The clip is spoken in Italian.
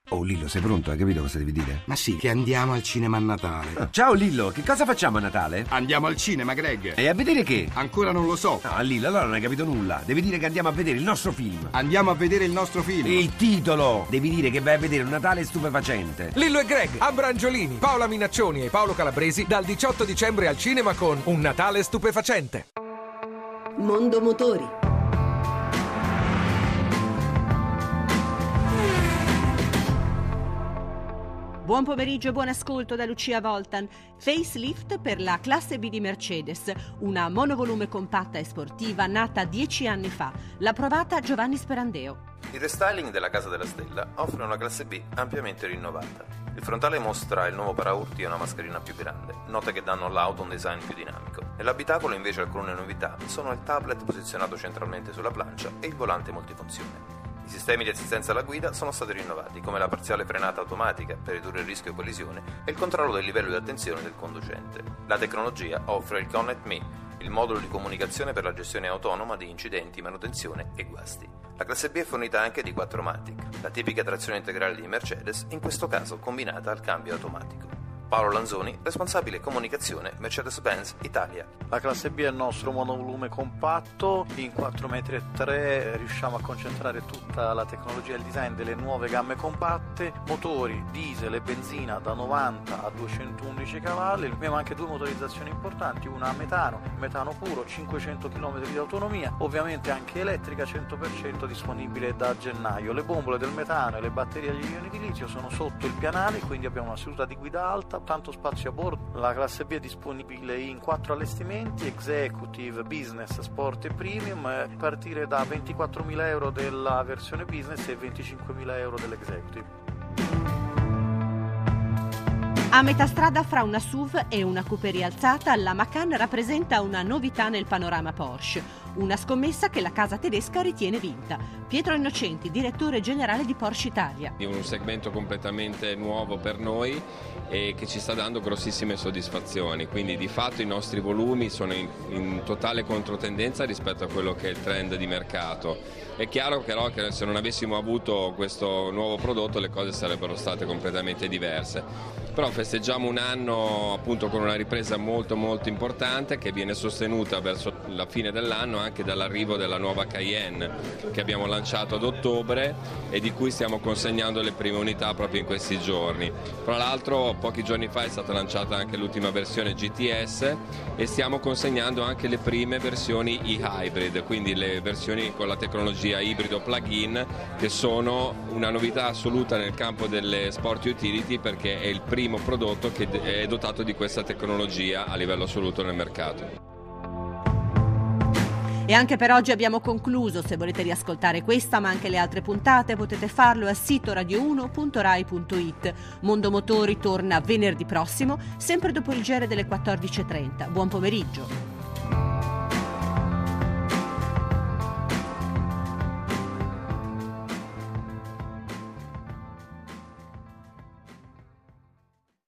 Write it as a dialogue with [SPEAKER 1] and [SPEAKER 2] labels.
[SPEAKER 1] Oh Lillo, sei pronto? Hai capito cosa devi dire?
[SPEAKER 2] Ma sì, che andiamo al cinema a Natale.
[SPEAKER 1] Ciao Lillo, che cosa facciamo a Natale?
[SPEAKER 2] Andiamo al cinema, Greg.
[SPEAKER 1] E a vedere che?
[SPEAKER 2] Ancora non lo so.
[SPEAKER 1] No, Lillo, allora non hai capito nulla. Devi dire che andiamo a vedere il nostro film.
[SPEAKER 2] Andiamo a vedere il nostro film.
[SPEAKER 1] Il titolo! Devi dire che vai a vedere un Natale stupefacente.
[SPEAKER 3] Lillo e Greg, Ambra Angiolini, Paola Minaccioni e Paolo Calabresi dal 18 dicembre al cinema con Un Natale stupefacente.
[SPEAKER 4] Mondo Motori.
[SPEAKER 5] Buon pomeriggio e buon ascolto da Lucia Voltan. Facelift per la classe B di Mercedes, una monovolume compatta e sportiva nata 10 anni fa. L'ha provata Giovanni Sperandeo.
[SPEAKER 6] Il restyling della Casa della Stella offre una classe B ampiamente rinnovata. Il frontale mostra il nuovo paraurti e una mascherina più grande, note che danno all'auto un design più dinamico. Nell'abitacolo invece alcune novità sono il tablet posizionato centralmente sulla plancia e il volante multifunzione. I sistemi di assistenza alla guida sono stati rinnovati, come la parziale frenata automatica per ridurre il rischio collisione e il controllo del livello di attenzione del conducente. La tecnologia offre il Connect Me, il modulo di comunicazione per la gestione autonoma di incidenti, manutenzione e guasti. La classe B è fornita anche di 4MATIC, la tipica trazione integrale di Mercedes, in questo caso combinata al cambio automatico. Paolo Lanzoni, responsabile comunicazione Mercedes-Benz Italia.
[SPEAKER 7] La classe B è il nostro monovolume compatto, in 4,3 metri riusciamo a concentrare tutta la tecnologia e il design delle nuove gamme compatte, motori diesel e benzina da 90 a 211 cavalli, abbiamo anche due motorizzazioni importanti, una a metano puro, 500 km di autonomia, ovviamente anche elettrica 100% disponibile da gennaio. Le bombole del metano e le batterie agli ioni di litio sono sotto il pianale, quindi abbiamo una seduta di guida alta, tanto spazio a bordo. La classe B è disponibile in 4 allestimenti: Executive, Business, Sport e Premium, a partire da 24.000 euro della versione Business e 25.000 euro dell'Executive.
[SPEAKER 5] A metà strada fra una SUV e una coupé rialzata, la Macan rappresenta una novità nel panorama Porsche. Una scommessa che la casa tedesca ritiene vinta. Pietro Innocenti, direttore generale di Porsche Italia.
[SPEAKER 8] È un segmento completamente nuovo per noi e che ci sta dando grossissime soddisfazioni, quindi di fatto i nostri volumi sono in totale controtendenza rispetto a quello che è il trend di mercato. È chiaro però che se non avessimo avuto questo nuovo prodotto le cose sarebbero state completamente diverse. Però festeggiamo un anno appunto con una ripresa molto importante che viene sostenuta verso la fine dell'anno anche dall'arrivo della nuova Cayenne che abbiamo lanciato ad ottobre e di cui stiamo consegnando le prime unità proprio in questi giorni. Tra l'altro pochi giorni fa è stata lanciata anche l'ultima versione GTS e stiamo consegnando anche le prime versioni e-hybrid, quindi le versioni con la tecnologia ibrido plug-in, che sono una novità assoluta nel campo delle sport utility perché è il primo prodotto che è dotato di questa tecnologia a livello assoluto nel mercato.
[SPEAKER 5] E anche per oggi abbiamo concluso. Se volete riascoltare questa ma anche le altre puntate potete farlo al sito radio1.rai.it. Mondo Motori torna venerdì prossimo, sempre dopo il GR delle 14.30. Buon pomeriggio.